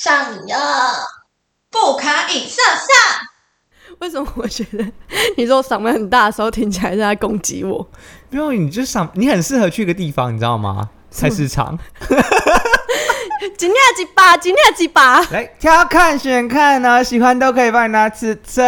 上瘾了，不可以色色。 为什么我觉得你说我嗓门很大的时候听起来是在攻击我？ 没有，你很适合去一个地方，你知道吗？菜市场。 今天几把， 来挑看选看哦，喜欢都可以帮你拿尺寸。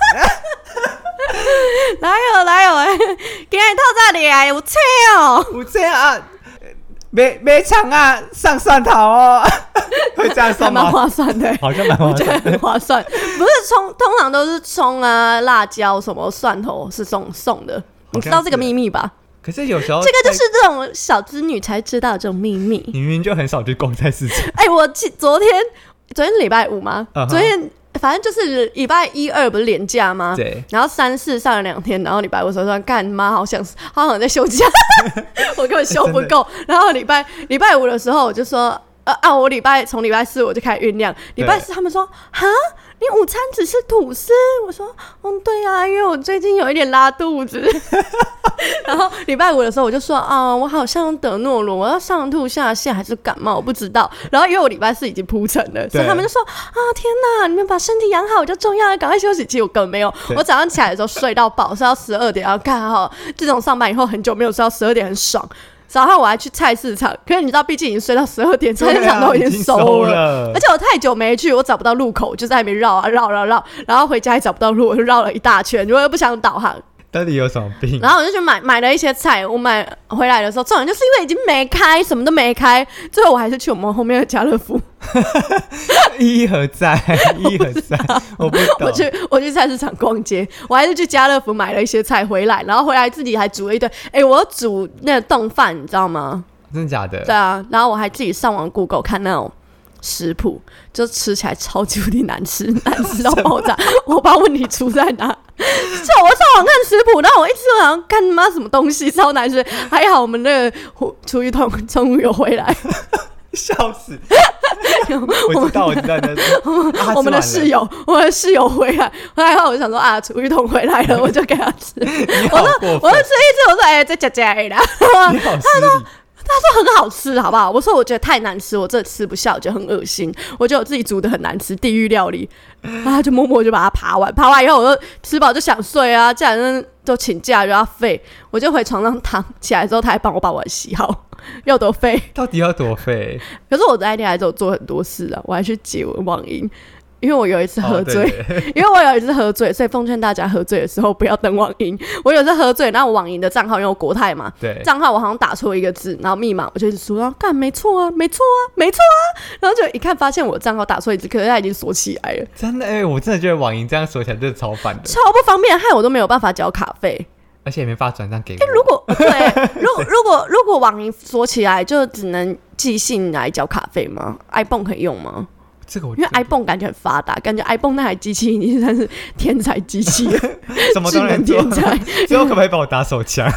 来哦，今天透早里来有菜哦， 有这样啊，没场啊，上蒜头哦，会这样算吗？ 蛮划算的， 好像蛮划算的， 我觉得很划算。不是葱，通常都是葱啊、辣椒什么蒜头是送的，你知道这个秘密吧？ 可是有时候这个就是这种小资女才知道这种秘密。 你明明就很少去逛菜市场。 我昨天是礼拜五吗？ 昨天反正就是礼拜一二不是连假吗？ 对。 然后3、4上了2天，然后礼拜五说干妈好想在休假，我根本休不够。然后礼拜五的时候我就说我从礼拜4我就开始酝酿，礼拜4他们说哈。你午餐只是吐司？我说对啊，因为我最近有一点拉肚子。然后礼拜五的时候我就说我好像得诺罗，我要上吐下泻还是感冒，我不知道。然后因为我礼拜4已经铺陈了，所以他们就说天哪，你们把身体养好就重要了，赶快休息。其实我根本没有，我早上起来的时候睡到饱，睡到12点，然后看好这种上班以后很久没有睡到12点，很爽。早上我还去菜市场，可是你知道，毕竟已经睡到12点，菜市场都已经收了，而且我太久没去，我找不到路口，我就在那边绕，然后回家也找不到路，我就绕了一大圈，我又不想导航。 到底有什么病？ 然后我就去买了一些菜，我买回来的时候，重点就是因为已经没开，什么都没开，最后我还是去我们后面的家乐福。 意义何在？我不懂。 我去菜市场逛街，我还是去家乐福买了一些菜回来，然后回来自己还煮了一堆。我煮那个冻饭，你知道吗？ 真的假的？ 对啊，然后我还自己上网 Google 看那种食谱，就吃起来超级无敌难吃到爆炸。我不知道问题出在哪。我上网看食谱，然后我一吃我好像看妈什么东西超难吃，还好我们那个厨余桶终于有回来。 笑死！我知道我们的室友回来后，我就想说厨余桶回来了，我就给他吃。我就吃一吃，我说再加啦。 你好失礼。 他说很好吃，好不好？我说我觉得太难吃，我真的吃不下，我觉得很恶心，我觉得我自己煮的很难吃，地狱料理。然后他就默默就把它扒完以后，我就吃饱就想睡啊，既然都请假就要废，我就回床上躺起来之后，他还帮我把碗洗好，要多废？ 到底要多废？ 可是我那天还是有做很多事啊，我还去解我网银。因为我有一次喝醉，所以奉劝大家喝醉的时候不要登网银。我有一次喝醉，然后我网银的账号因为我国泰嘛，账号我好像打错一个字，然后密码我就一直说干没错啊，然后就一看发现我账号打错一字，可是它已经锁起来了。 真的我真的觉得网银这样锁起来真的超烦的， 超不方便，害我都没有办法缴卡费。 而且也没办法转账给我。 如果网银锁起来，就只能寄信来缴卡费吗 ？iPhone 可以用吗？因为 iPhone 感觉很发达，感觉 iPhone 那台机器已经算是天才机器了， 什么都能做。 天才， 最后可不可以帮我打手枪？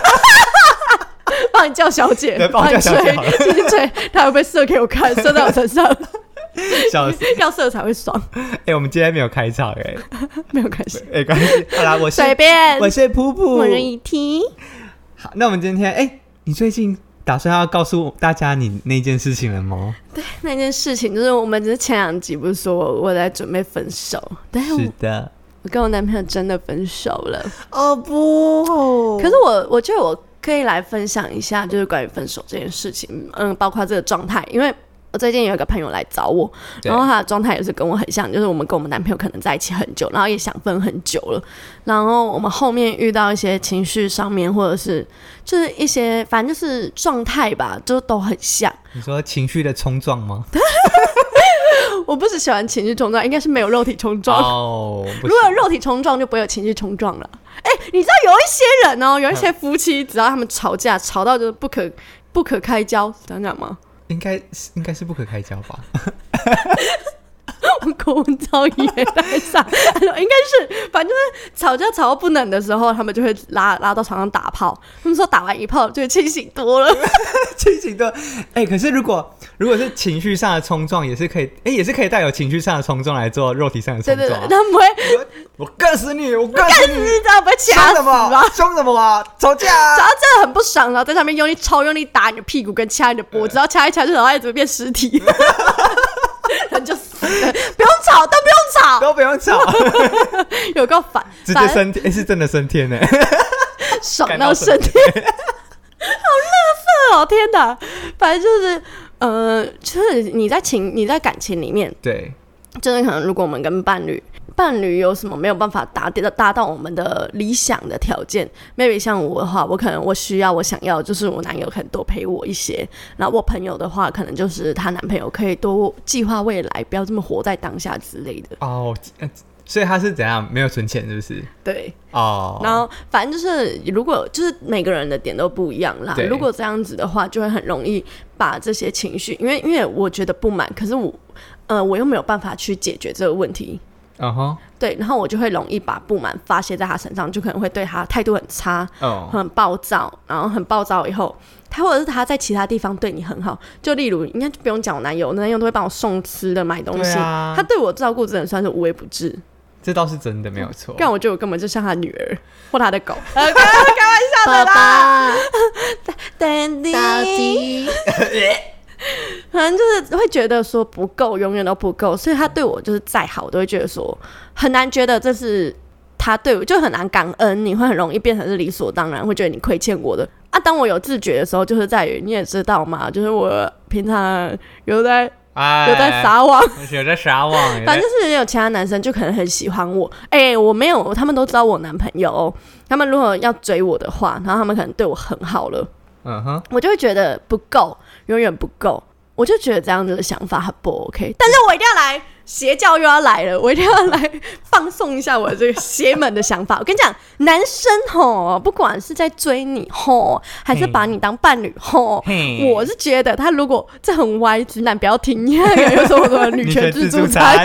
帮你叫小姐， 帮你吹，他会不会射给我看？射在我身上， 笑死！ 要射才会爽。 我们今天没有开场没有开始， 关系。好啦， 随便， 我是噗噗， 我是ET。 好，那我们今天，你最近打算要告诉大家你那件事情了吗？ 对，那件事情就是我们前2集不是说我在准备分手，但是的， 我跟我男朋友真的分手了。 不， 可是我觉得我可以来分享一下，就是关于分手这件事情，包括这个状态，因为我最近有一个朋友来找我，然后他的状态也是跟我很像，就是我们跟我们男朋友可能在一起很久，然后也想分很久了，然后我们后面遇到一些情绪上面，或者是就是一些反正就是状态吧，就都很像。 你说情绪的冲撞吗？ 我不是喜欢情绪冲撞，应该是没有肉体冲撞。如果有肉体冲撞，就不会有情绪冲撞了。你知道有一些人有一些夫妻，只要他们吵架吵到就是不可开交，讲讲吗？ 应该是不可开交吧。 我口吻超野在上，应该是反正就是吵架吵到不能的时候，他们就会拉到床上打炮。他们说打完一炮就会清醒多了。 清醒多。可是如果是情绪上的冲撞，也是可以带有情绪上的冲撞来做肉体上的冲撞。 对，他们不会我干死你，我干死你，这样不会掐死吗？ 凶什么啊？吵架啊！ 吵到真的很不爽，然后在上面超用力打你的屁股跟掐你的脖子，然后掐一掐就脑袋怎么变尸体。 人就死了，不用吵，都不用吵， 都不用吵， 有够烦， 直接升天，是真的升天呢， 爽到升天，好垃圾哦！天哪，反正就是你在感情里面， 对， 就是可能如果我们跟伴侣有什么没有办法达到我们的理想的条件 ，maybe 像我的话，我可能我想要就是我男友可能多陪我一些，然后我朋友的话，可能就是她男朋友可以多计划未来，不要这么活在当下之类的。 哦，所以他是怎样没有存钱，是不是？ 对， 哦， 然后反正就是如果就是每个人的点都不一样啦，如果这样子的话，就会很容易把这些情绪，因为我觉得不满，可是我又没有办法去解决这个问题。对，然后我就会容易把不满发泄在他身上，就可能会对他态度很差，很暴躁，然后很暴躁以后，他或者是他在其他地方对你很好，就例如应该就不用讲我男友都会帮我送吃的、买东西，他对我照顾真的算是无微不至， 这倒是真的没有错。 但我觉得我根本就像他女儿或他的狗，开玩笑的啦，Daddy。反正就是会觉得说不够，永远都不够，所以他对我就是再好，我都会觉得说很难觉得这是他对我，就很难感恩，你会很容易变成是理所当然，会觉得你亏欠我的啊。当我有自觉的时候，就是在于你也知道嘛，就是我平常有在撒网， 有在撒网， 反正就是有其他男生就可能很喜欢我，我没有，他们都知道我男朋友，他们如果要追我的话，然后他们可能对我很好了。我就会觉得不够，永远不够，我就觉得这样子的想法很不 OK。但是我一定要来邪教又要来了，我一定要来放送一下我这个邪门的想法。我跟你讲，男生吼，不管是在追你吼，还是把你当伴侣吼，我是觉得他如果这很歪，直男不要听，有什么女权自助餐。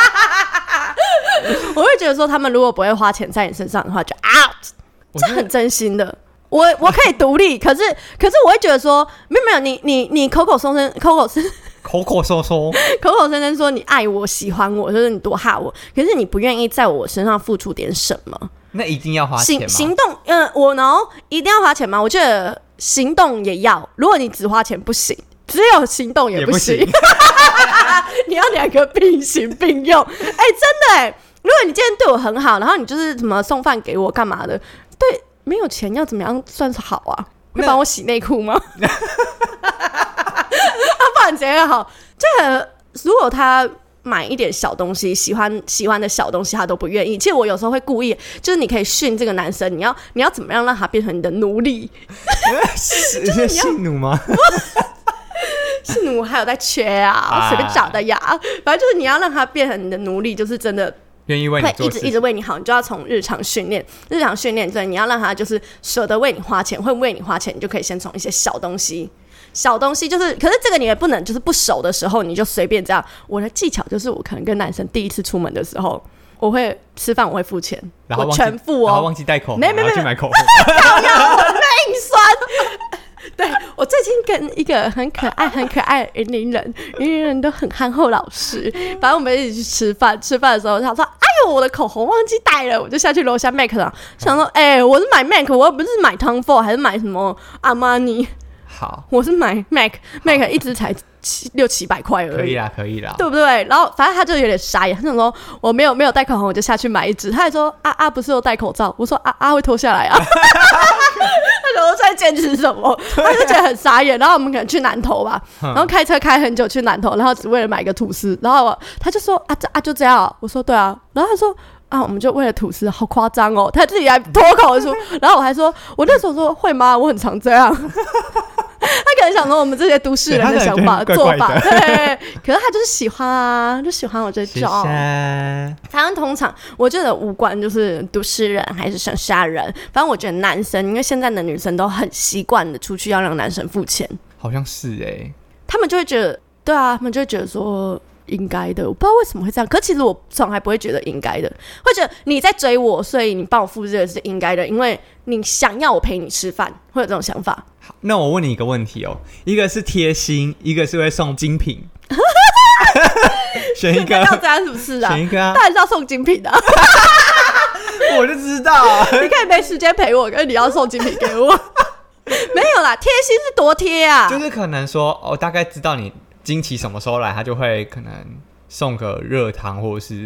我会觉得说，他们如果不会花钱在你身上的话，就 out， 这很真心的。我可以独立，可是我会觉得说，没有你口口声声说你爱我喜欢我，就是你多哈我，可是你不愿意在我身上付出点什么， 那一定要花钱吗？ 行动，我一定要花钱吗？我觉得行动也要，如果你只花钱不行，只有行动也不行，你要两个并行并用，真的如果你今天对我很好，然后你就是什么送饭给我干嘛的，对。没有钱要怎么样算是好啊？会帮我洗内裤吗？不然怎样好？如果他买一点小东西，喜欢的小东西，他都不愿意。其实我有时候会故意，就是你可以训这个男生，你要怎么样让他变成你的奴隶？ 是性奴吗？ 性奴还有在缺啊，我随便找的呀。反正就是你要让他变成你的奴隶，就是真的。 愿意为你做事， 会一直为你好，你就要从日常训练，所以你要让他就是舍得为你花钱，会为你花钱，你就可以先从一些小东西就是，可是这个你也不能就是不熟的时候你就随便这样。我的技巧就是，我可能跟男生第一次出门的时候，我会吃饭，我会付钱，我全付然后忘记带口红，然后去买口红， 我内酸。对，我最近跟一个很可爱的云林人都很憨厚老实，反正我们一起去吃饭的时候他说哎呦我的口红忘记带了，我就下去楼下 MAC 上想说我是买 MAC， 我又不是买 Tom Ford 还是买什么阿玛尼，好，我是买 MAC 一支才600-700块而已， 可以啦， 对不对？然后反正他就有点傻眼，他想说我没有带口红，我就下去买一支。他还说不是有戴口罩？我说会脱下来啊。他想说在坚持什么？他就觉得很傻眼。然后我们可能去南投吧，然后开车开很久去南投，然后只为了买个吐司。然后他就说就这样。我说对啊。然后他说我们就为了吐司，好夸张哦！他自己还脱口而出。然后我还说，我那时候说会吗？我很常这样。他可能想说我们这些都市人的想法做法，对，可是他就是喜欢啊，就喜欢我这种。台湾通常我觉得无关就是都市人还是乡下人，反正我觉得男生，因为现在的女生都很习惯的出去要让男生付钱， 好像是他们就会觉得，对啊，他们就会觉得说应该的，我不知道为什么会这样，可其实我从来不会觉得应该的，会觉得你在追我，所以你帮我付这个是应该的，因为你想要我陪你吃饭，会有这种想法。 好，那我问你一个问题一个是贴心，一个是会送精品，选一个要这样是不是啊？ 选一个啊， 当然是要送精品的我就知道你可以没时间陪我，可是你要送精品给我没有啦，贴心是多贴啊， 就是可能说大概知道你经期什么时候来，他就会可能送个热汤或者是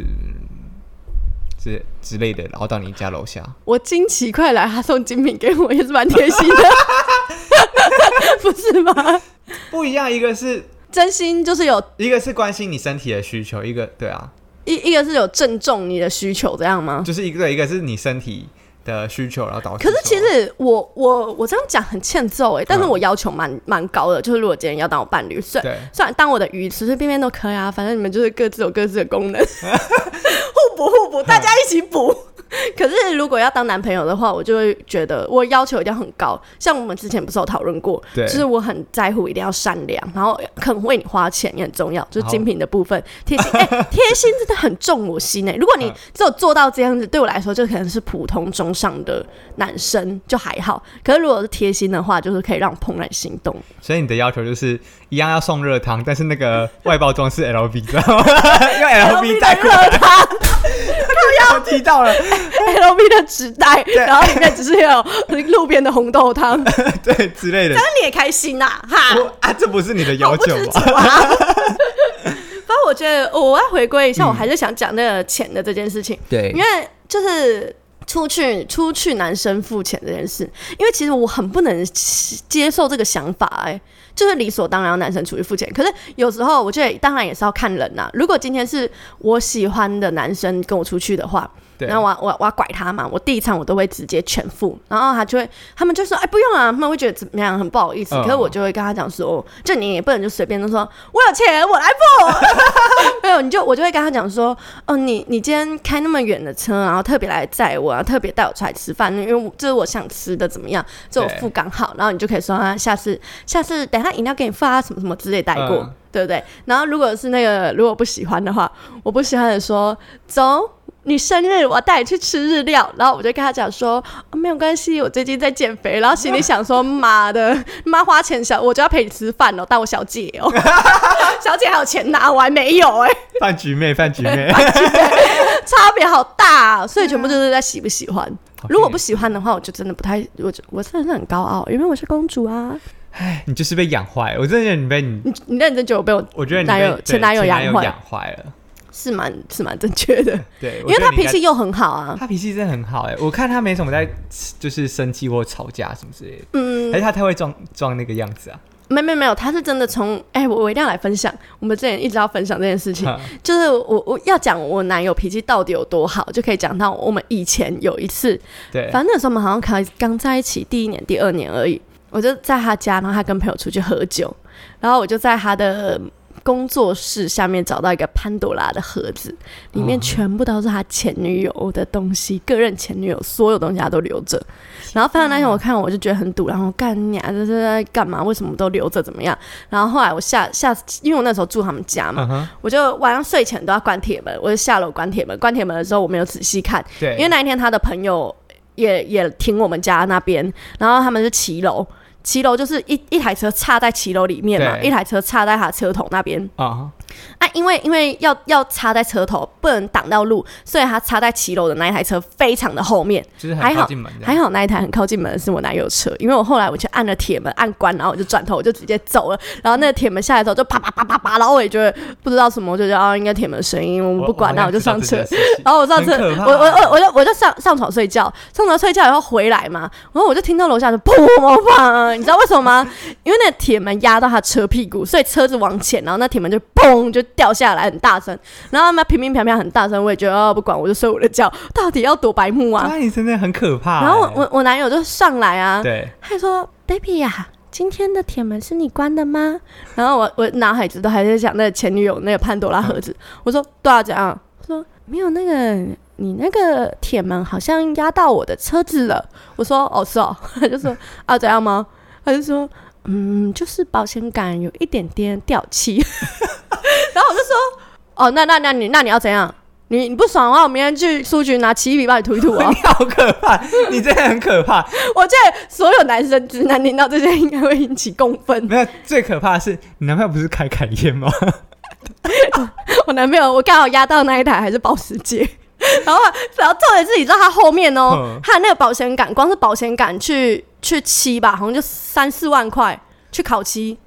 之类的，然后到你家楼下。 我经期快来，他送精品给我也是蛮贴心的，不是吗？ 不一样，一个是真心就是一个是关心你身体的需求，一个对啊， 一个是有正中你的需求，这样吗？ 就是一个是你身体的需求，然后导致。 可是其实我这样讲很欠揍但是我要求蛮高的，就是如果今天要当我伴侣，虽然当我的鱼随随便便都可以啊，反正你们就是各自有各自的功能，互补，大家一起补。可是如果要当男朋友的话，我就会觉得我要求一定要很高。像我们之前不是有讨论过，就是我很在乎一定要善良，然后肯为你花钱也很重要，就是精品的部分贴心。贴心真的很重我心如果你只有做到这样子，对我来说就可能是普通中上的男生就还好。可是如果是贴心的话，就是可以让我怦然心动。 所以你的要求就是一样要送热汤，但是那个外包装是 LV， 知道吗？用 LV 带过来。我提到了 LV 的纸袋，然后里面只是有路边的红豆汤， 对之类的， 这样你也开心呐，哈！ 这不是你的要求吗？ 反正我觉得我要回归一下，我还是想讲那个钱的这件事情， 对， 因为就是出去男生付钱这件事，因为其实我很不能接受这个想法就是理所当然要男生出去付钱，可是有时候我觉得当然也是要看人呐。如果今天是我喜欢的男生跟我出去的话，然后我要拐他嘛，我第一场我都会直接全付，然后他们就说不用啊，他们会觉得怎么样很不好意思，可是我就会跟他讲说，就你也不能就随便就说我有钱我来付，没有我就会跟他讲说你今天开那么远的车，然后特别来载我，然后特别带我出来吃饭，因为这是我想吃的怎么样，这我付刚好，然后你就可以说下次等一下饮料给你发什么什么之类带过，对不对？然后如果是如果不喜欢的话，我不喜欢的说走。你生日我要带你去吃日料，然后我就跟他讲说没有关系，我最近在减肥，然后心里想说妈花钱我就要陪你吃饭当我小姐小姐还有钱拿，我还没有饭局妹差别好大所以全部就是在喜不喜欢。如果不喜欢的话，我就真的不太，我真的是很高傲，因为我是公主啊。 你就是被养坏了，我真的觉得你被你认真觉得我被我觉得你前男友养坏了。是蛮正确的， 对， 因为他脾气又很好啊， 他脾气真的很好我看他没什么在就是生气或吵架什么之类的，还是他太会装那个样子啊？ 没有，他是真的从我一定要来分享，我们之前一直要分享这件事情，就是我要讲我男友脾气到底有多好，就可以讲到我们以前有一次，对，反正那时候我们好像刚在一起第1年第2年而已，我就在他家，然后他跟朋友出去喝酒，然后我就在他的工作室下面找到一个潘多拉的盒子，里面全部都是他前女友的东西，个人前女友所有东西他都留着。然后翻到那天我看我就觉得很堵，然后干你这是在干嘛？为什么都留着？怎么样？然后后来我因为我那时候住他们家嘛，我就晚上睡前都要关铁门，我就下楼关铁门。关铁门的时候我没有仔细看，因为那一天他的朋友也停我们家那边，然后他们就骑楼就是一台车插在骑楼里面嘛，一台车插在他车头那边因为要插在车头，不能挡到路，所以他插在骑楼的那一台车非常的后面， 就是很靠近门的。 还好那一台很靠近门的是我男友车，因为我后来我去按了铁门按关，然后我就转头我就直接走了，然后那个铁门下来之后就啪啪啪啪啪，然后我也觉得不知道什么，我就觉得应该铁门声音，我不管，然后我就上车，然后我上车，我就上床睡觉，上床睡觉以后回来嘛，然后我就听到楼下就砰砰砰，你知道为什么吗？因为那个铁门压到他车屁股，所以车子往前，然后那铁门就砰就掉下来，很大声，然后他们乒乒乓乓很大声，我也觉得不管，我就睡我的觉，到底要多白目啊？ 你真的很可怕。 然后我男友就上来啊， 对， 他说 baby 呀，今天的铁门是你关的吗？然后我脑海子都还在想那个前女友那个潘多拉盒子，我说对啊，怎样？他说没有，那个你那个铁门好像压到我的车子了。我说哦是哦，他就说怎样吗？他就说就是保险杆有一点点掉漆。然后我就说那你要怎样？你不爽的话，我明天去书局拿奇异笔帮你涂一涂啊！ 你好可怕，你真的很可怕。 我觉得所有男生直男听到这些应该会引起共愤。 没有，最可怕的是你男朋友不是开凯宴吗？ 我男朋友我刚好压到那一台还是保时捷。然后重点是你知道他后面他那个保险杆，光是保险杆去漆吧，好像就3-4万块去烤漆。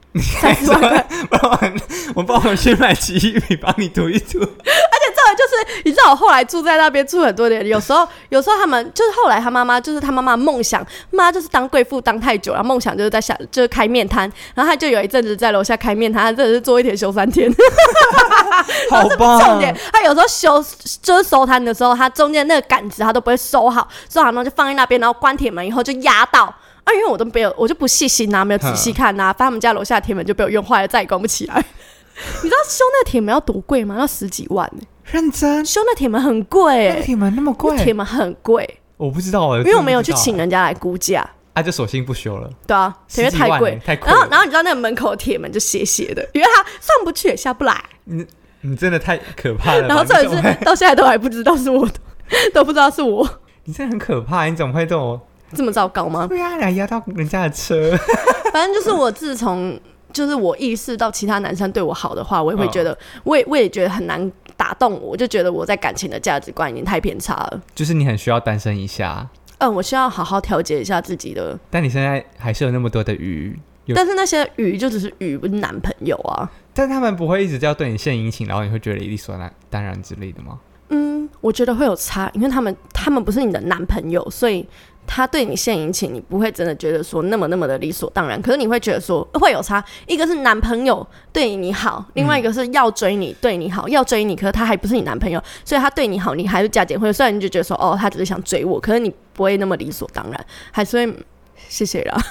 30万块， 不然我帮我去买奇异笔帮你涂一涂。 这个就是你知道，我后来住在那边住很多年，有时候他们就是后来他妈妈就是他妈妈梦想，妈就是当贵妇当太久了，梦想就是就是开面摊，然后他就有一阵子在楼下开面摊，他真的是做一天休3天， 好棒！ 重点，他有时候就是收摊的时候，他中间那个杆子他都不会收好，收好然后就放在那边，然后关铁门以后就压到。因为我就不细心啊，没有仔细看啊，反正他们家楼下的铁门就被我用坏了，再也关不起来。你知道修那个铁门要多贵吗？要10几万欸。 认真修那铁门很贵欸。 那铁门那么贵？ 铁门很贵， 我不知道欸， 因为我没有去请人家来估价。 就索性不修了。 对啊，因为太贵， 太贵了。 然后你知道那个门口的铁门就斜斜的，因为它上不去也下不来。 你真的太可怕了吧。 然后这也是到现在都还不知道是我的，都不知道是我。 你真的很可怕，你怎么会这么糟糕吗？ 对啊，你压到人家的车。 反正就是我自从就是我意识到其他男生对我好的话，我也会觉得，我也觉得很难打动我，我就觉得我在感情的价值观已经太偏差了。 就是你很需要单身一下。 我需要好好调节一下自己的。 但你现在还是有那么多的鱼， 但是那些鱼就只是鱼，不是男朋友啊。 但他们不会一直要对你献殷勤，然后你会觉得理所当然之类的吗？ 我觉得会有差，因为他们不是你的男朋友，所以他对你献殷勤，你不会真的觉得说那么的理所当然。可是你会觉得说会有差，一个是男朋友对你好，另外一个是要追你对你好，要追你，可是他还不是你男朋友，所以他对你好，你还是加减会，虽然你就觉得说他只是想追我，可是你不会那么理所当然，还是会谢谢啦。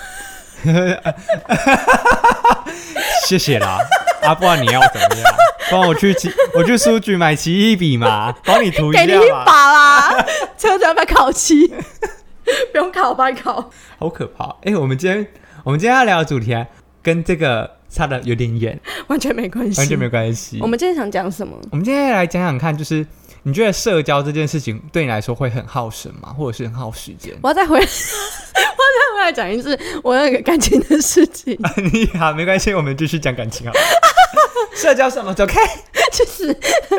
谢谢啦。不然你要怎么样？帮我去书局买奇异笔嘛，帮你涂一下嘛。 给你一把啦，车子要不要烤漆？不用烤，我帮你烤。 好可怕！我们今天要聊的主题跟这个差的有点远， 完全没关系， 完全没关系。 我们今天想讲什么？ 我们今天来讲讲看，就是你觉得社交这件事情对你来说会很耗神吗？或者是很耗时间？ 我要再回来讲一次我那个感情的事情。 你好，没关系，我们继续讲感情好了。社交什么走开？ 就是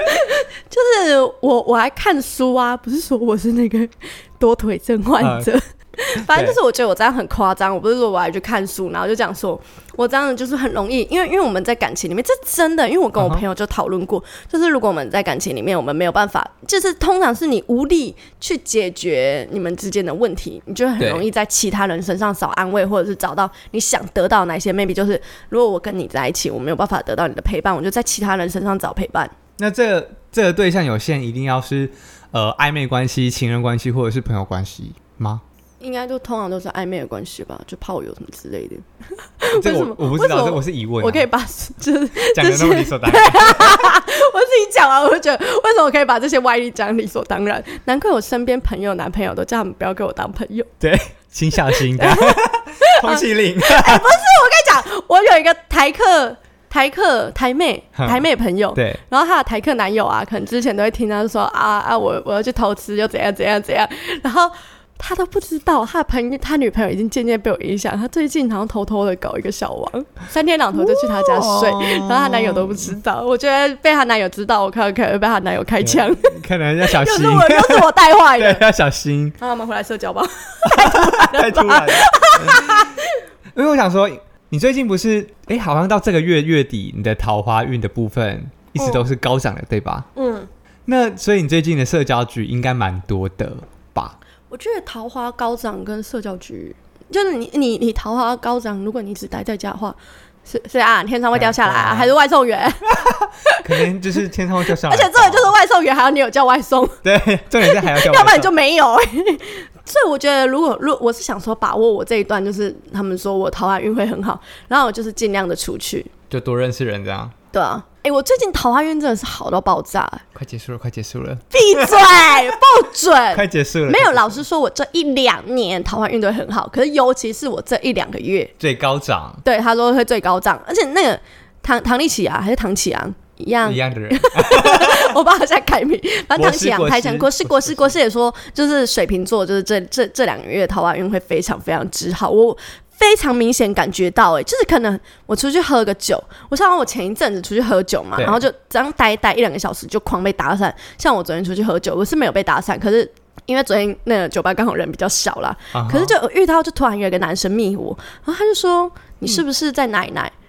我还看书啊，不是说我是那个多腿症患者。反正就是我觉得我这样很夸张，我不是说我还去看书，然后就讲说我这样就是很容易，因为我们在感情里面，这真的，因为我跟我朋友就讨论过，就是如果我们在感情里面，我们没有办法，就是通常是你无力去解决你们之间的问题，你就很容易在其他人身上找安慰，或者是找到你想得到哪些 maybe 就是如果我跟你在一起，我没有办法得到你的陪伴，我就在其他人身上找陪伴。 那这个对象有限，一定要是暧昧关系、情人关系或者是朋友关系吗？ 应该就通常都是暧昧的关系吧，就炮友什么之类的。 这个我不知道，这我是疑问。 我可以把就是讲的那么理所当然。 我自己讲完，我就觉得为什么我可以把这些歪理讲理所当然？难怪我身边朋友、男朋友都叫他们不要跟我当朋友。 对，请小心的。通缉令。 不是，我跟你讲，我有一个台妹朋友， 对， 然后她的台客男友啊，可能之前都会听他说我要去偷吃，又怎样，然后他都不知道，他女朋友已经渐渐被我影响，他最近好像偷偷的搞一个小王，3天2头就去他家睡，然后她男友都不知道。我觉得被她男友知道，我可能会被她男友开枪， 可能要小心。 又是我带坏的， 对，要小心。 那我们回来社交吧， 太突然了。因为我想说，你最近不是好像到这个月底，你的桃花运的部分一直都是高涨的，对吧？那所以你最近的社交局应该蛮多的吧？ 我觉得桃花高涨跟社交局，就是你桃花高涨，如果你只待在家的话，是天上会掉下来还是外送员？ 可能就是天上会掉下来， 而且重点就是外送员还要你有叫外送， 对，重点是还要叫外送， 要不然你就没有。所以我觉得，如果我是想说把握我这一段，就是他们说我桃花运会很好，然后我就是尽量的出去， 就多认识人这样。 对啊，我最近桃花运真的是好到爆炸。 快结束了， 闭嘴，不准， 快结束了。 没有，老实说，我这1-2年桃花运都很好，可是尤其是我这1-2个月最高涨。 对，他说会最高涨，而且那个唐立奇还是唐启阳一样的人， 我帮他现在改名。反正唐启阳、台强、国师也说，就是水瓶座，就是这2个月桃花运会非常非常之好。我非常明显感觉到，就是可能我出去喝个酒，我前一阵子出去喝酒嘛，然后就这样待1-2个小时就狂被搭讪。像我昨天出去喝酒，我是没有被搭讪，可是因为昨天那个酒吧刚好人比较少啦，可是就遇到就突然有一个男生密我，然后他就说你是不是在奶奶？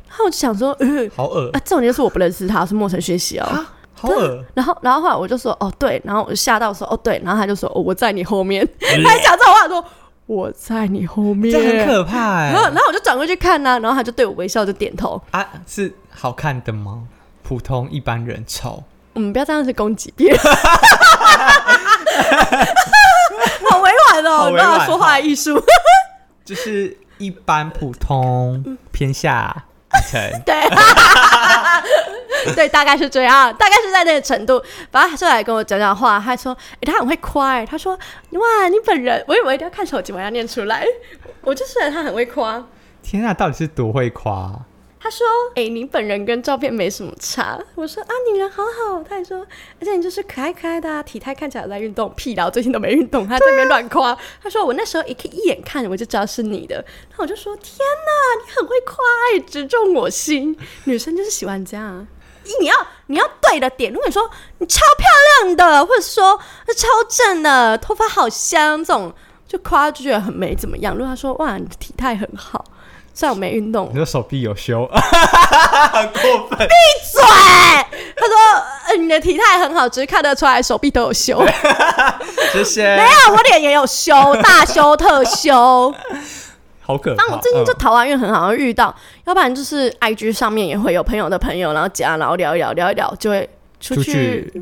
然后我就想说， 好恶重点是我不认识他，是陌生学习哦。 好恶。 然后后来我就说哦对，然后我就吓到说哦对，然后他就说我在你后面，他还讲这种话说我在你后面， 这很可怕然后我就转过去看然后他就对我微笑就点头啊。是好看的吗？普通一般人丑？ 我们不要这样子攻击别人。好委婉哦，你知道说话的艺术。 就是一般普通偏下层。 对。对，大概是这样，大概是在那个程度。反正他就来跟我讲话，他说：“他很会夸。”他说：“哇，你本人，我以为一定要看手机，我要念出来。”我就觉得他很会夸。 天啊，到底是多会夸？ 他说：“你本人跟照片没什么差。”我说：“啊，你人好好。”他还说：“而且你就是可爱可爱的体态看起来在运动。”屁啦，我最近都没运动。他在那边乱夸。他说：“我那时候一眼看我就知道是你的。”然后我就说：“天哪，你很会夸，直中我心。女生就是喜欢这样。”你要对的点，如果你说你超漂亮的，或者说超正的，头发好香，这种就夸就觉得很没怎么样。如果他说哇你的体态很好，虽然我没运动， 你说手臂有修，很过分。 闭嘴！他说你的体态很好，只是看得出来手臂都有修。 谢谢。 没有，我脸也有修，大修特修。 好可怕！ 但我最近就桃花运很好，遇到，要不然就是 IG 上面也会有朋友的朋友，然后加，然后聊一聊，就会出去。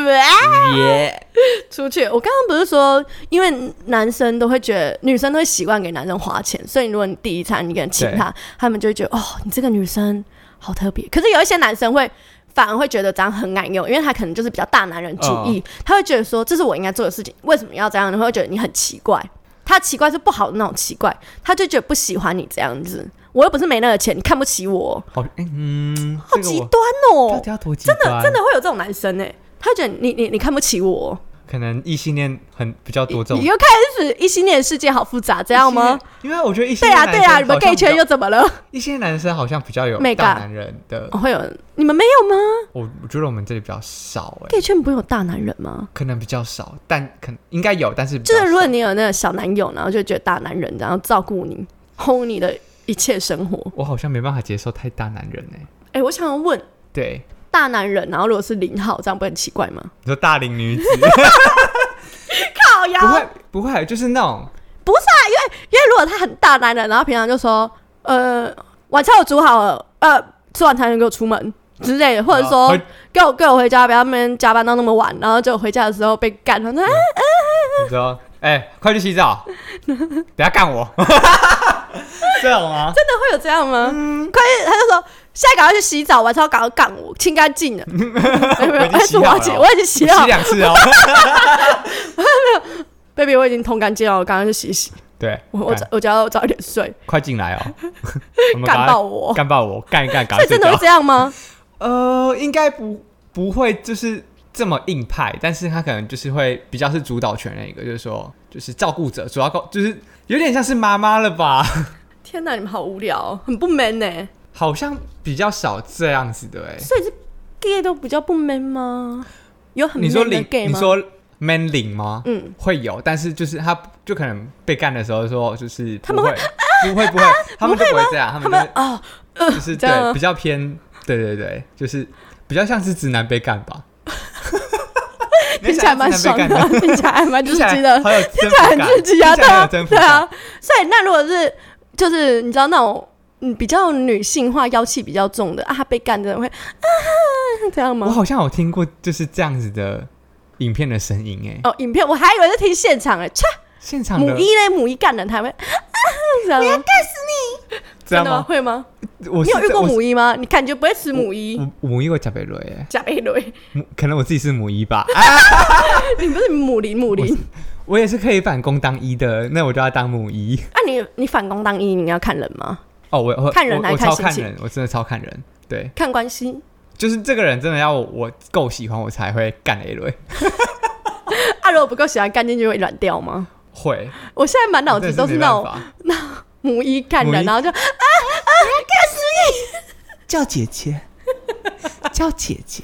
出去。我刚刚不是说，因为男生都会觉得，女生都会习惯给男生花钱，所以如果你第一餐你给人请他们就会觉得哦，你这个女生好特别。可是有一些男生反而会觉得这样很难用，因为他可能就是比较大男人主义，他会觉得说这是我应该做的事情，为什么要这样？你会觉得你很奇怪。他奇怪是不好的那种奇怪，他就觉得不喜欢你这样子。我又不是没那个钱，你看不起我，好极端哦！ 到底要多极端？ 真的会有这种男生他觉得你看不起我。 可能异性恋比较多这种， 你又开始异性恋世界好复杂，这样吗？ 因为我觉得异性恋对啊，你们 gay 圈又怎么了？ 异性恋男生好像比较有大男人的， 会有你们没有吗？ 我觉得我们这里比较少 gay 圈不会有大男人吗？ 可能比较少，但可能应该有，但是比较少。 就是如果你有那个小男友，然后就觉得大男人，然后照顾你，hold 你的一切生活， 我好像没办法接受太大男人我想要问， 对。 大男人，然后如果是0号，这样不会很奇怪吗？ 你说大龄女子， 靠腰不会，就是那种不是啊，因为如果他很大男人，然后平常就说晚餐我煮好了，吃完才能给我出门之类的，或者说给我回家，不要他们加班到那么晚，然后就回家的时候被干，他说你说快去洗澡，等下干我，这样吗？ 真的会有这样吗？快去，他就说。现在赶快去洗澡，晚上要赶快干我，清干净了。没有，我已经洗好， 洗2次哦。 没有 ，baby， 我已经通干净了，我刚刚去洗洗。 对， 我就要早一点睡。 快进来哦！ 干爆我， 干一干， 所以真的会这样吗？ 应该不会，就是这么硬派，但是他可能就是会比较是主导权那一个，就是说，就是照顾者，主要就是有点像是妈妈了吧？ 天哪，你们好无聊，很不 man 好像比较少这样子的所以是 gay 都比较不 man 吗？有很 man 的 gay 吗？ 你说 man 领吗？会有，但是就是他就可能被干的时候说，就是他们会不会，他们就不会这样，他们就是对比较偏，对，就是比较像是直男被干吧。 听起来蛮爽的，听起来还蛮刺激的，听起来很刺激啊， 对啊。所以那如果是就是你知道那种。比较女性化、妖气比较重的他被干的人会这样吗？ 我好像有听过就是这样子的影片的声音影片我还以为是听现场现场的母一干人才会我要干死你，真的吗？会吗？你有遇过母一吗？你感觉不会吃母一？ 母一我假贝雷假贝雷， 可能我自己是母一吧。 你不是母林？ 我也是可以反攻当一的，那我就要当母一。 你反攻当一，你要看人吗？ 我看人还看心情？ 我真的超看人，对， 看关系， 就是这个人真的要我够喜欢，我才会干A轮。 如果不够喜欢，干进去会软掉吗？ 会。 我现在满脑子都是那种母一干人，然后就干死你！ 叫姐姐，叫姐姐，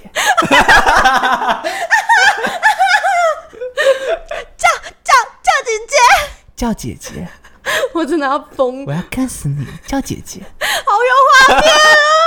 叫姐姐， 叫姐姐。 我真的要疯！ 我要干死你！叫姐姐， 好有画面啊！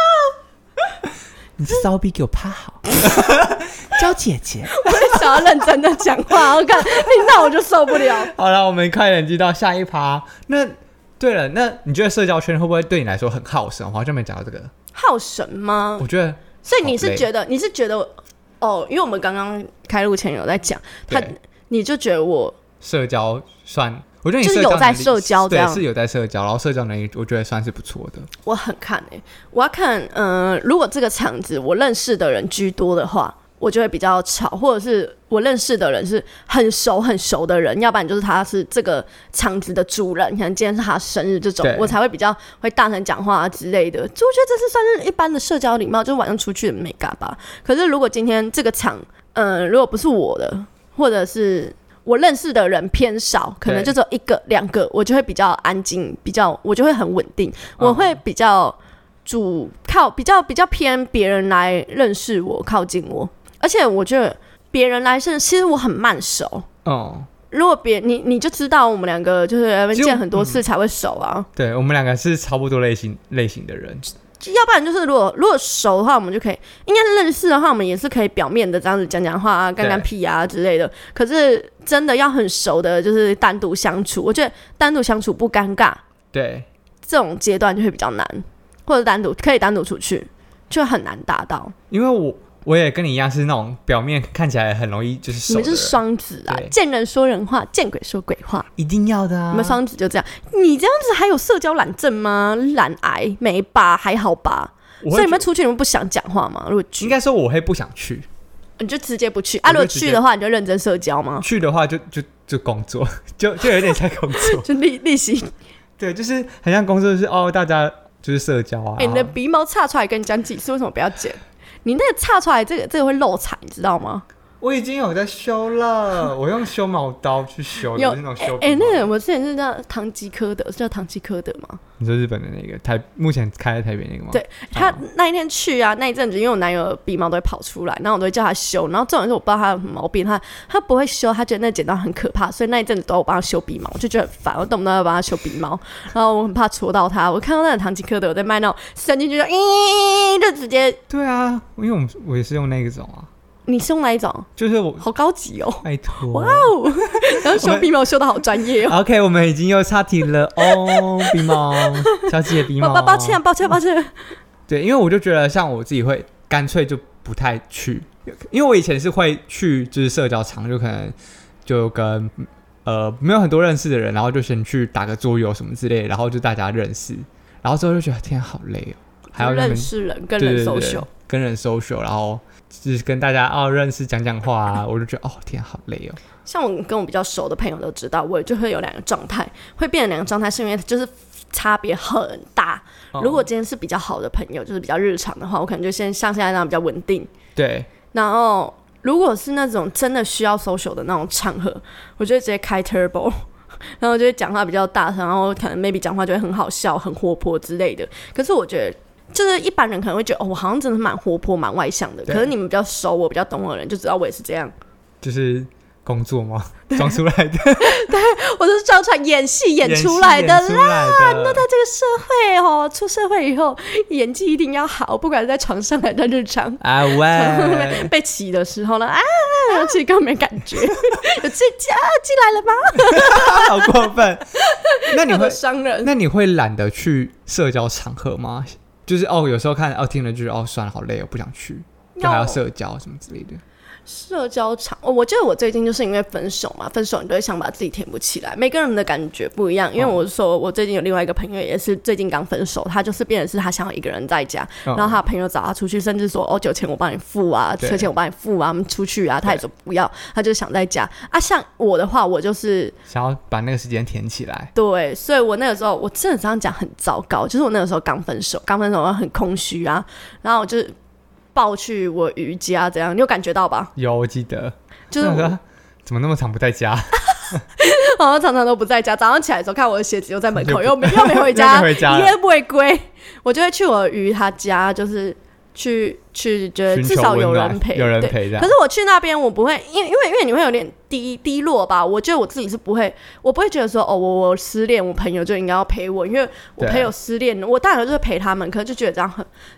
你的骚逼给我趴好，叫姐姐。 我也想要认真的讲话，我看听到我就受不了。 好了，我们快点进到下一趴。那对了，那你觉得社交圈会不会对你来说很耗神？我好像没讲到这个。 耗神吗？ 我觉得， 所以你是觉得哦，因为我们刚刚开录前有在讲，你就觉得我社交算，我觉得你就是有在社交这样， 对，是有在社交，然后社交能力我觉得算是不错的。 我很看我要看如果这个场子我认识的人居多的话，我就会比较吵，或者是我认识的人是很熟的人，要不然就是他是这个场子的主人，可能今天是他生日这种，我才会比较会大声讲话之类的。就我觉得这是算是一般的社交礼貌，就是晚上出去的美嘎吧。可是如果今天这个场如果不是我的，或者是我认识的人偏少，可能就只有1个2个，我就会比较安静，我就会很稳定，我会比较比较偏别人来认识我，靠近我。而且我觉得别人来认识，其实我很慢熟。如果你就知道我们两个就是见很多次才会熟啊。 对，我们两个是差不多类型的人。 要不然就是如果熟的话，我们就可以，应该是认识的话，我们也是可以表面的这样子讲话啊、干屁啊之类的。可是真的要很熟的，就是单独相处，我觉得单独相处不尴尬。 对， 这种阶段就会比较难，或者可以单独出去，就很难达到。 因为我也跟你一样是那种表面看起来很容易就是熟的人。 你们就是双子啊，见人说人话，见鬼说鬼话，一定要的啊。 你们双子就这样，你这样子还有社交懒症吗？懒癌没吧？还好吧？所以你们出去你们不想讲话吗？如果应该说我会不想去， 你就直接不去啊？如果去的话，你就认真社交吗？ 去的话就工作，就有点像工作， 就例行。 对，就是很像工作，就是大家就是社交啊。 你的鼻毛插出来跟你讲几次，为什么不要剪？你那个插出来，这个会漏财，你知道吗？ 我已经有在修了，我用修毛刀去修的那种修。 那个我之前是叫唐吉诃德，是叫唐吉诃德吗？ 你说日本的那个目前开在台北那个吗？ 对，他那一天去啊，那一阵子因为我男友的鼻毛都会跑出来，然后我都会叫他修，然后重点是我不知道他有什么毛病，他不会修，他觉得那剪刀很可怕，所以那一阵子都要我帮他修鼻毛，我就觉得很烦，我动不动要帮他修鼻毛，然后我很怕戳到他。我看到那个唐吉诃德有在卖那种伸进去就直接。 对啊，因为我也是用那种啊。 你是用哪一种？ 就是我好高级哦！ 拜托， 哇哦！然后修鼻毛修的好专业哦。 OK， 我们已经又岔题了哦，鼻毛，小姐鼻毛， 抱歉。 对，因为我就觉得像我自己会干脆就不太去，因为我以前是会去就是社交场，就可能就跟没有很多认识的人，然后就先去打个桌游什么之类的，然后就大家认识，然后之后就觉得天好累哦，还要认识人跟人 social， 跟人 social， 然后就是跟大家认识讲话啊，我就觉得天好累哦。 像我跟我比较熟的朋友都知道，我就会有2个状态，会变成2个状态，是因为就是差别很大。如果今天是比较好的朋友，就是比较日常的话，我可能就先像现在那样比较稳定。 对。 然后如果是那种真的需要 social 的那种场合，我就会直接开 turbo， 然后就会讲话比较大声，然后可能 maybe 讲话就会很好笑、很活泼之类的。可是我觉得。就是一般人可能会觉得我好像真的蛮活泼蛮外向的，可是你们比较熟我比较懂我的人就知道我也是这样。 就是工作吗？装出来的对，我都是装出来演戏演出来的啦。那在这个社会出社会以后演技一定要好，不管是在床上还是在日常啊喂， 被骑的时候呢其实根本没感觉有进来了吗好过分那你会伤人？ 那你会懒得去社交场合吗？就是有时候看听了就觉得算了好累不想去，就还要社交什么之类的。 社交场我觉得我最近就是因为分手嘛，分手你都会想把自己填补起来，每个人的感觉不一样。因为我说我最近有另外一个朋友也是最近刚分手，他就是变成是他想要一个人在家，然后他朋友找他出去，甚至说酒钱我帮你付啊，车钱我帮你付啊，我们出去啊，他也说不要，他就想在家啊。像我的话，我就是想要把那个时间填起来。 对，所以我那个时候我真的这样讲很糟糕，就是我那个时候刚分手我很空虚啊，然后我就是抱去我瑜伽这样，你有感觉到吧？ 有，我记得。 就是怎么那么常不在家？ 好像常常都不在家，早上起来的时候看我的鞋子又在门口，又没回家，一夜不回归。我就会去我瑜他家，就是去觉得至少有人陪，可是我去那边我不会，因为你会有点低落吧？我觉得我自己是不会，我不会觉得说我失恋，我朋友就应该要陪我，因为我朋友失恋，我当然就是陪他们，可是就觉得这样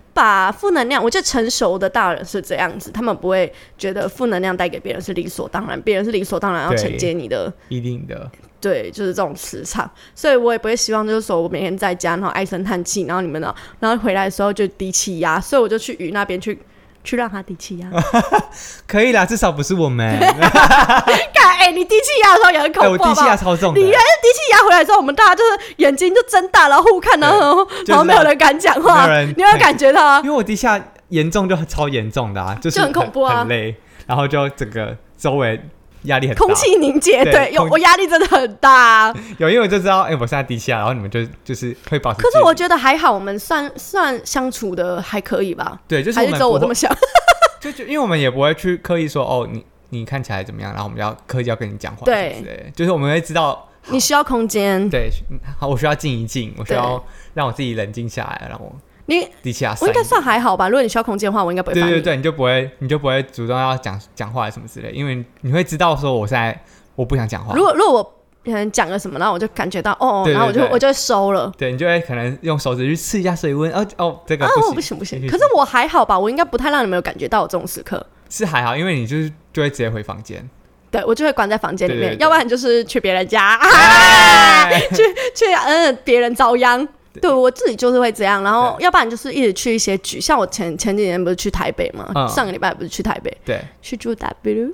把负能量，我觉得成熟的大人是这样子，他们不会觉得负能量带给别人是理所当然，别人是理所当然要承接你的， 一定的。 对，就是这种磁场，所以我也不会希望就是说我每天在家然后唉声叹气，然后你们呢，然后回来的时候就低气压，所以我就去鱼那边去让他低气压。 可以啦，至少不是我们。 看，你低气压的时候也很恐怖。 我低气压超重的。 你原来低气压回来之后，我们大家就是眼睛就睁大，然后互看，然后没有人敢讲话。你有没有感觉到啊？ 因为我低气压严重就超严重的啊，就很恐怖啊， 很累，然后就整个周围压力很大， 空气凝结。对，我压力真的很大。 因为我就知道，我现在低气压，然后你们就是会保持。 可是我觉得还好，我们算相处的还可以吧？ 对，就是还是只有我这么想。 就因为我们也不会去刻意说你看起来怎么样，然后我们要刻意要跟你讲话，对，就是我们会知道你需要空间， 对，好，我需要静一静，我需要让我自己冷静下来，让我低气压。 我应该算还好吧？如果你需要空间的话，我应该不会烦你。 对，你就不会主动要讲话什么之类，因为你会知道说我不想讲话。 如果我可能讲了什么，然后我就感觉到对然后我就会收了。 对，你就会可能用手指去试一下水温，这个不行。可是我还好吧，我应该不太让你们有感觉到我这种时刻。 是还好，因为你就会直接回房间。 对，我就会关在房间里面，要不然就是去别人家，去别人遭殃。对，我自己就是会这样，然后要不然就是一直去一些局，像我前几年不是去台北吗？上个礼拜不是去台北， 对， 去住 W。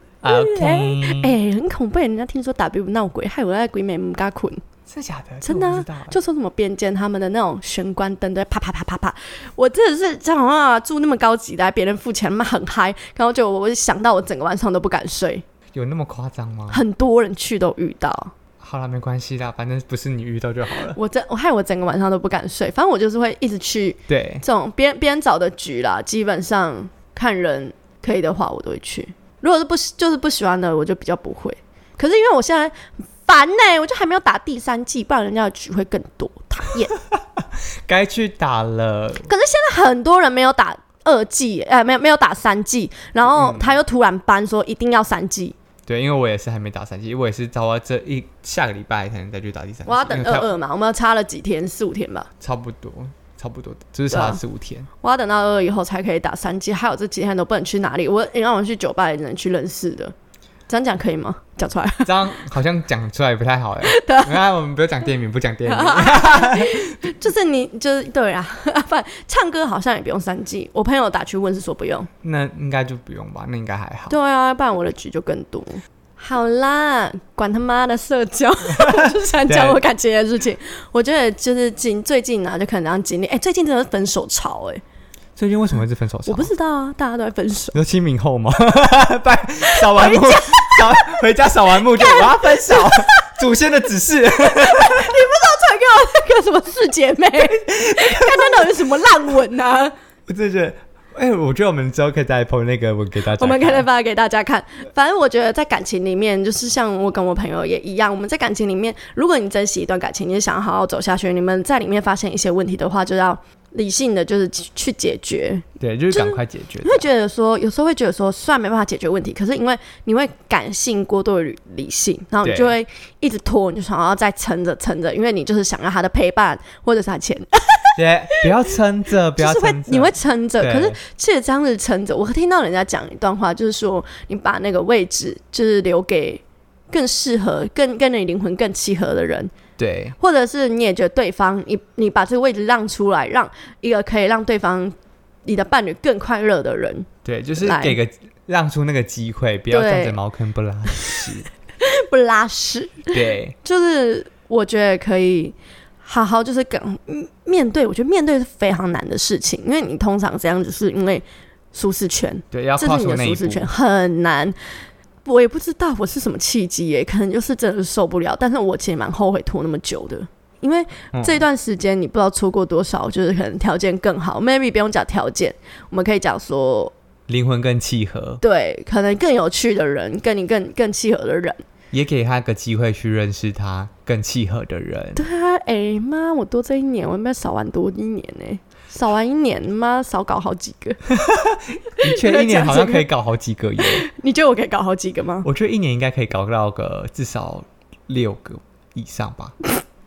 OK， 很恐怖，人家听说 W 闹鬼，害我在鬼美不敢困。 真的假的？ 真的就说什么边间他们的那种玄关灯都啪啪啪啪啪，我真的是这样啊，住那么高级的，别人付钱嘛很嗨，然后我想到我整个晚上都不敢睡。 有那么夸张吗？ 很多人去都遇到。 好啦，没关系啦，反正不是你遇到就好了。 我害我整个晚上都不敢睡，反正我就是会一直去对这种别人找的局啦，基本上看人可以的话我都会去，如果是就是不喜欢的我就比较不会。可是因为我现在烦我就还没有打第3季，不然人家的局会更多，讨厌。 该去打了。 可是现在很多人没有打2季，没有打3季，然后他又突然搬说一定要3季。 对，因为我也是还没打3季，我也是找到下个礼拜才能再去打第3季。 我要等22嘛，我们要差了几天，4-5天吧。 差不多，就是差了4-5天。 我要等到22以后才可以打3季，还有这几天都不能去哪里。你让我去酒吧也只能去认识的，这样讲可以吗？讲出来， 这样好像讲出来不太好哎。对，我们不要讲店名，不讲店名。 就是你就是对啊，不然唱歌好像也不用3季。我朋友打去问是说不用， 那应该就不用吧？那应该还好。 对啊，不然我的局就更多。好啦，管他妈的社交，我就想讲我感情的事情。我觉得就是最近啊，就可能要经历。最近真的是分手潮最近为什么会是分手潮？ 我不知道啊，大家都在分手。 你说清明后吗？扫完墓，回家扫完墓就我要分手，祖先的指示。你不知道传给我那个什么四姐妹，看那种有什么烂文啊？ 我真的觉得，我觉得我们之后可以再 po 那个文给大家看。 我们可以再发给大家看。反正我觉得在感情里面，就是像我跟我朋友也一样，我们在感情里面，如果你珍惜一段感情，你是想要好好走下去，你们在里面发现一些问题的话，就要理性的就是去解决。 对，就是赶快解决。 你会觉得说，有时候会觉得说，虽然没办法解决问题，可是因为你会感性过度于理性，然后你就会一直拖，你就想要再撑着，因为你就是想要他的陪伴或者是他钱。 对，不要撑着，不要撑着， 你会撑着。可是其实这样子撑着，我听到人家讲一段话，就是说你把那个位置就是留给更适合、跟你灵魂更契合的人。 对， 或者是你也觉得对方，你把这个位置让出来，让一个可以让对方你的伴侣更快乐的人。 对，就是让出那个机会，不要站着茅坑不拉屎。 不拉屎。 对， 就是我觉得可以好好就是面对，我觉得面对是非常难的事情，因为你通常这样子是因为舒适圈， 对，要跨出那一步， 这是你的舒适圈很难。我也不知道我是什么契机可能就是真的是受不了，但是我其实蛮后悔拖那么久的，因为这段时间你不知道错过多少，就是可能条件更好 ，maybe 不用讲条件，我们可以讲说灵魂更契合， 对，可能更有趣的人，跟你更契合的人， 也给他个机会去认识他更契合的人。 对啊，妈，我多这1年，我应该少玩多1年少玩1年，妈少搞好几个。 的确，1年好像可以搞好几个耶。 你觉得我可以搞好几个吗？ 我觉得1年应该可以搞到个至少6个以上吧。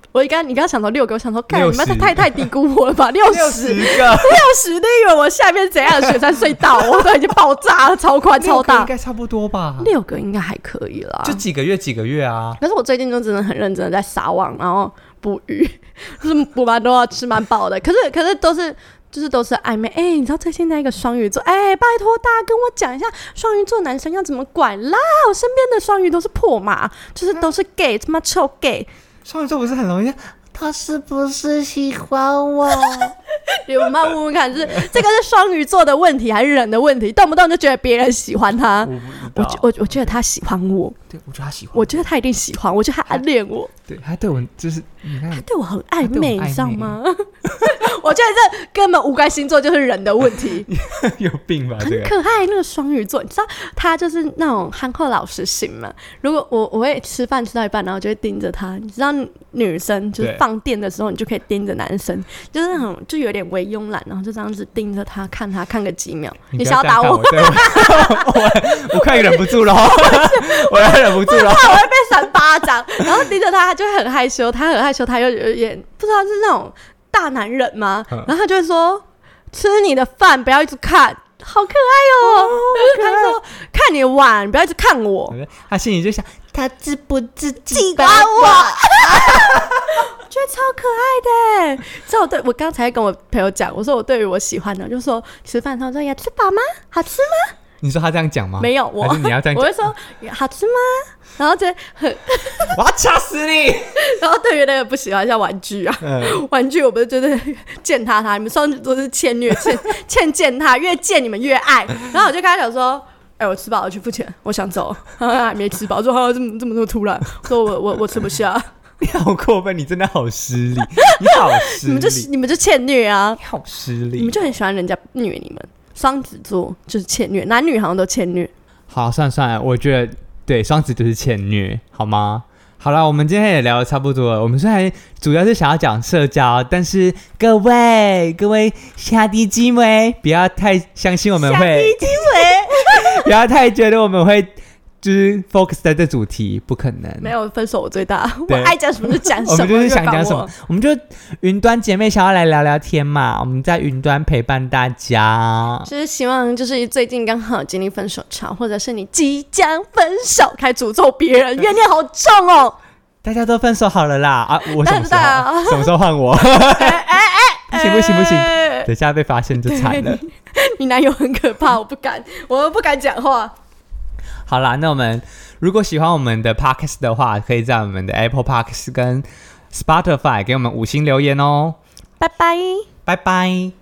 你刚刚想到6个，我想说，看你们 60 太低估我了吧？60 个 ，60，你以为我下面怎样的雪山隧道？我都已经爆炸了，超宽超大， 应该差不多吧 ？6个应该还可以啦， 就几个月啊。 可是我最近就真的很认真的在撒网，然后捕鱼，就是捕蛮多，吃蛮饱的。可是都是暧昧。你知道最近那个双鱼座，拜托大家跟我讲一下双鱼座男生要怎么管啦！我身边的双鱼都是破马，就是都是 gay， 他妈臭 gay。 双鱼座不是很容易？他是不是喜欢我？ 你们帮问问看，这个是双鱼座的问题还是人的问题？动不动就觉得别人喜欢他。我觉得他喜欢我。 对，我觉得他喜欢我觉得他一定喜欢我，觉得他暗恋我。 对，他对我就是他对我很暧昧，你知道吗？我觉得这根本无关星座，就是人的问题。 有病吧？ 很可爱那个双鱼座，你知道他就是那种憨厚老实型嘛。如果我会吃饭吃到一半，然后就会盯着他。你知道女生就是放电的时候，你就可以盯着男生，就是那种就有点微慵懒，然后就这样子盯着他看个几秒。你想要打我？ 我快忍不住了，我要忍不住了， 我会被扇巴掌。然后盯着他就会很害羞，他又有点不知道是那种大男人吗？然后他就会说：“吃你的饭，不要一直看。”好可爱哦！他说：“看你的碗，不要一直看我。” 他心里就想：他知不知喜欢我？我觉得超可爱的。所以我刚才跟我朋友讲，我说我对于我喜欢的，就说吃饭，他说要吃饱吗？好吃吗？ 你说他这样讲吗？ 没有，还是你要这样讲？ 我会说好吃吗？然后就很我要掐死你。 然后对于那个不喜欢像玩具啊，玩具我不是觉得践踏他，你们双子座是欠虐践踏，越践你们越爱。然后我就跟他讲说，我吃饱了去付钱，我想走，还没吃饱，我说这么突然，说我吃不下。 你好过分，你真的好失礼，你好失礼， 你们就欠虐啊， 你好失礼， 你们就很喜欢人家虐你们。双子座就是欠虐，男女好像都欠虐。 好，算了，我觉得对双子就是欠虐，好吗？好了，我们今天也聊得差不多了。我们虽然主要是想要讲社交，但是各位下低基妹，不要太相信我们会，下低基妹，不要太觉得我们会就是 focus 在这主题，不可能。 没有，分手我最大，我爱讲什么就讲什么。 我们就是想讲什么，我们就云端姐妹想要来聊聊天嘛，我们在云端陪伴大家。 就是希望就是最近刚好经历分手潮，或者是你即将分手，开始诅咒别人，怨念好重哦。 大家都分手好了啦我什么时候？什么时候换我？不行，等下被发现就惨了。 你男友很可怕，我不敢讲话。 好啦，那我们如果喜欢我们的 Podcast 的话，可以在我们的 Apple Podcast 跟 Spotify 给我们5星留言哦。 拜拜， 拜拜。